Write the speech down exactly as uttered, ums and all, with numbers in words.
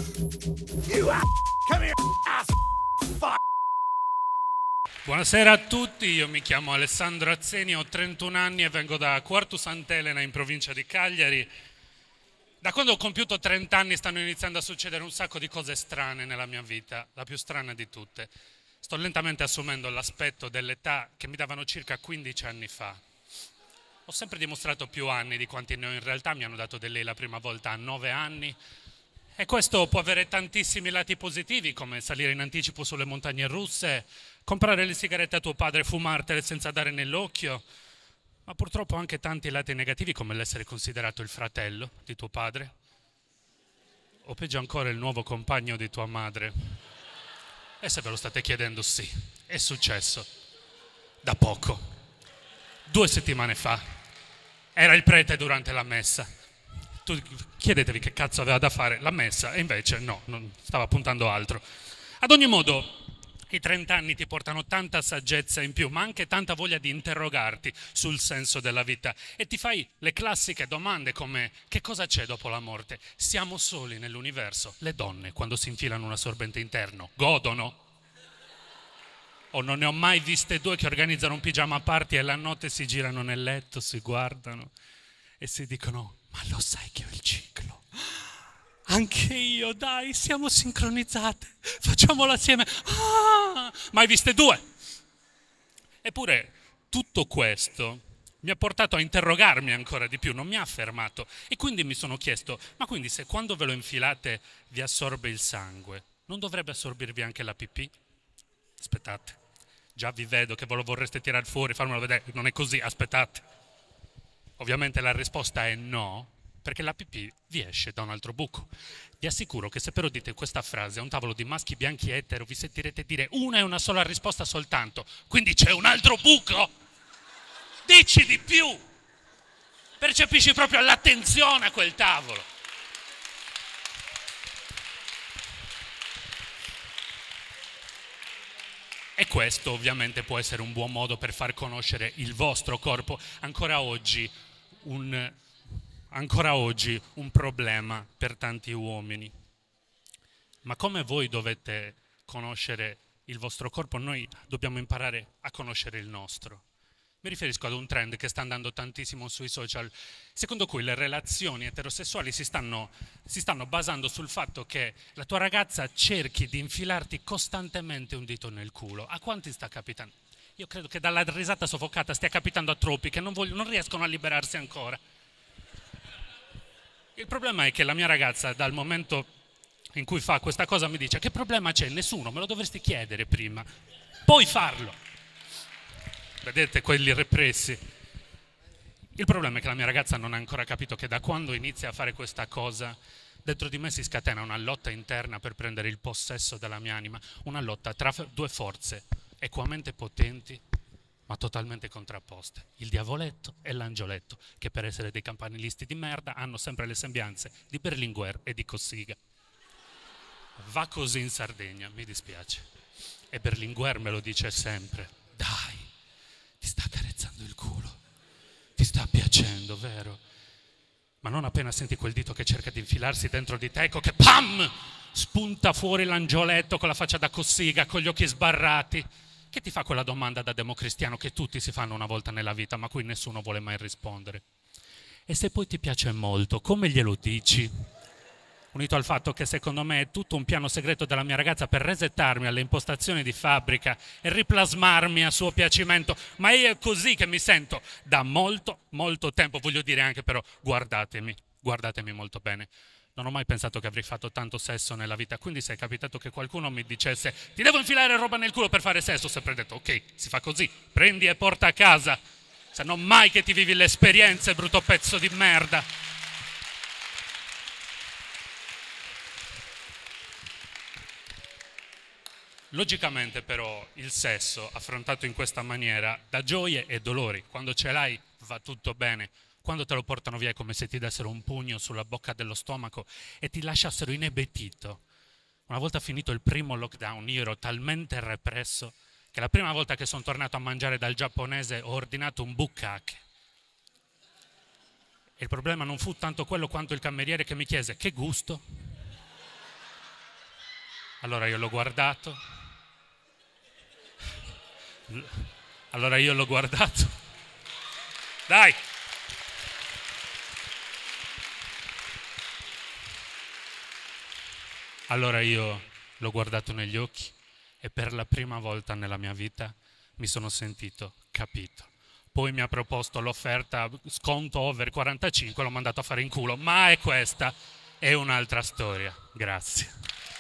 You ass. Come here, ass. Fuck. Buonasera a tutti, io mi chiamo Alessandro Azzeni, ho trentuno anni e vengo da Quartu Sant'Elena in provincia di Cagliari. Da quando ho compiuto trenta anni stanno iniziando a succedere un sacco di cose strane nella mia vita, la più strana di tutte. Sto lentamente assumendo l'aspetto dell'età che mi davano circa quindici anni fa. Ho sempre dimostrato più anni di quanti ne ho in realtà, mi hanno dato del lei la prima volta a nove anni. E questo può avere tantissimi lati positivi, come salire in anticipo sulle montagne russe, comprare le sigarette a tuo padre e fumartele senza dare nell'occhio, ma purtroppo anche tanti lati negativi, come l'essere considerato il fratello di tuo padre, o peggio ancora il nuovo compagno di tua madre. E se ve lo state chiedendo, sì, è successo da poco, due settimane fa. Era il prete durante la messa. Tu chiedetevi che cazzo aveva da fare la messa, e invece no, non stava puntando altro. Ad ogni modo, i trenta anni ti portano tanta saggezza in più, ma anche tanta voglia di interrogarti sul senso della vita. E ti fai le classiche domande come: che cosa c'è dopo la morte? Siamo soli nell'universo? Le donne, quando si infilano un assorbente interno, godono? O non ne ho mai viste due che organizzano un pigiama party e la notte si girano nel letto, si guardano e si dicono: ma lo sai che ho il ciclo? Anche io, dai, siamo sincronizzate, facciamolo assieme. Ah, mai viste due? Eppure tutto questo mi ha portato a interrogarmi ancora di più, non mi ha fermato. E quindi mi sono chiesto: ma quindi se quando ve lo infilate vi assorbe il sangue, non dovrebbe assorbirvi anche la pipì? Aspettate, già vi vedo che ve lo vorreste tirare fuori, farmelo vedere, non è così, aspettate. Ovviamente la risposta è no, perché la pipì vi esce da un altro buco. Vi assicuro che se però dite questa frase a un tavolo di maschi bianchi etero, vi sentirete dire una e una sola risposta soltanto: quindi c'è un altro buco? Dici di più! Percepisci proprio l'attenzione a quel tavolo. E questo ovviamente può essere un buon modo per far conoscere il vostro corpo. Ancora oggi un, ancora oggi un problema per tanti uomini. Ma come voi dovete conoscere il vostro corpo, noi dobbiamo imparare a conoscere il nostro. Mi riferisco ad un trend che sta andando tantissimo sui social, secondo cui le relazioni eterosessuali si stanno, si stanno basando sul fatto che la tua ragazza cerchi di infilarti costantemente un dito nel culo. A quanti sta capitando? Io credo che dalla risata soffocata stia capitando a troppi che non, voglio, non riescono a liberarsi ancora. Il problema è che la mia ragazza, dal momento in cui fa questa cosa, mi dice: che problema c'è? Nessuno, me lo dovresti chiedere prima, poi farlo. Vedete quelli repressi? Il problema è che la mia ragazza non ha ancora capito che da quando inizia a fare questa cosa, dentro di me si scatena una lotta interna per prendere il possesso della mia anima, una lotta tra due forze equamente potenti ma totalmente contrapposte, il diavoletto e l'angioletto, che per essere dei campanilisti di merda hanno sempre le sembianze di Berlinguer e di Cossiga. Va così in Sardegna, mi dispiace. E Berlinguer me lo dice sempre: dai, ti sta accarezzando il culo, ti sta piacendo, vero? Ma non appena senti quel dito che cerca di infilarsi dentro di te, ecco che pam! Spunta fuori l'angioletto con la faccia da Cossiga, con gli occhi sbarrati, che ti fa quella domanda da democristiano che tutti si fanno una volta nella vita, ma a cui nessuno vuole mai rispondere. E se poi ti piace molto, come glielo dici? Unito al fatto che secondo me è tutto un piano segreto della mia ragazza per resettarmi alle impostazioni di fabbrica e riplasmarmi a suo piacimento, ma è così che mi sento da molto, molto tempo. Voglio dire anche però, guardatemi, guardatemi molto bene. Non ho mai pensato che avrei fatto tanto sesso nella vita, quindi se è capitato che qualcuno mi dicesse: ti devo infilare roba nel culo per fare sesso, ho sempre detto: ok, si fa così, prendi e porta a casa, se non mai che ti vivi le esperienze, brutto pezzo di merda. Logicamente però il sesso affrontato in questa maniera dà gioie e dolori. Quando ce l'hai va tutto bene, quando te lo portano via è come se ti dessero un pugno sulla bocca dello stomaco e ti lasciassero inebetito. Una volta finito il primo lockdown io ero talmente represso che la prima volta che sono tornato a mangiare dal giapponese ho ordinato un bukkake. E il problema non fu tanto quello quanto il cameriere che mi chiese: che gusto? Allora io l'ho guardato. Allora io l'ho guardato. Dai! Allora io l'ho guardato negli occhi e per la prima volta nella mia vita mi sono sentito capito. Poi mi ha proposto l'offerta sconto over quarantacinque, l'ho mandato a fare in culo, ma è questa, è un'altra storia. Grazie.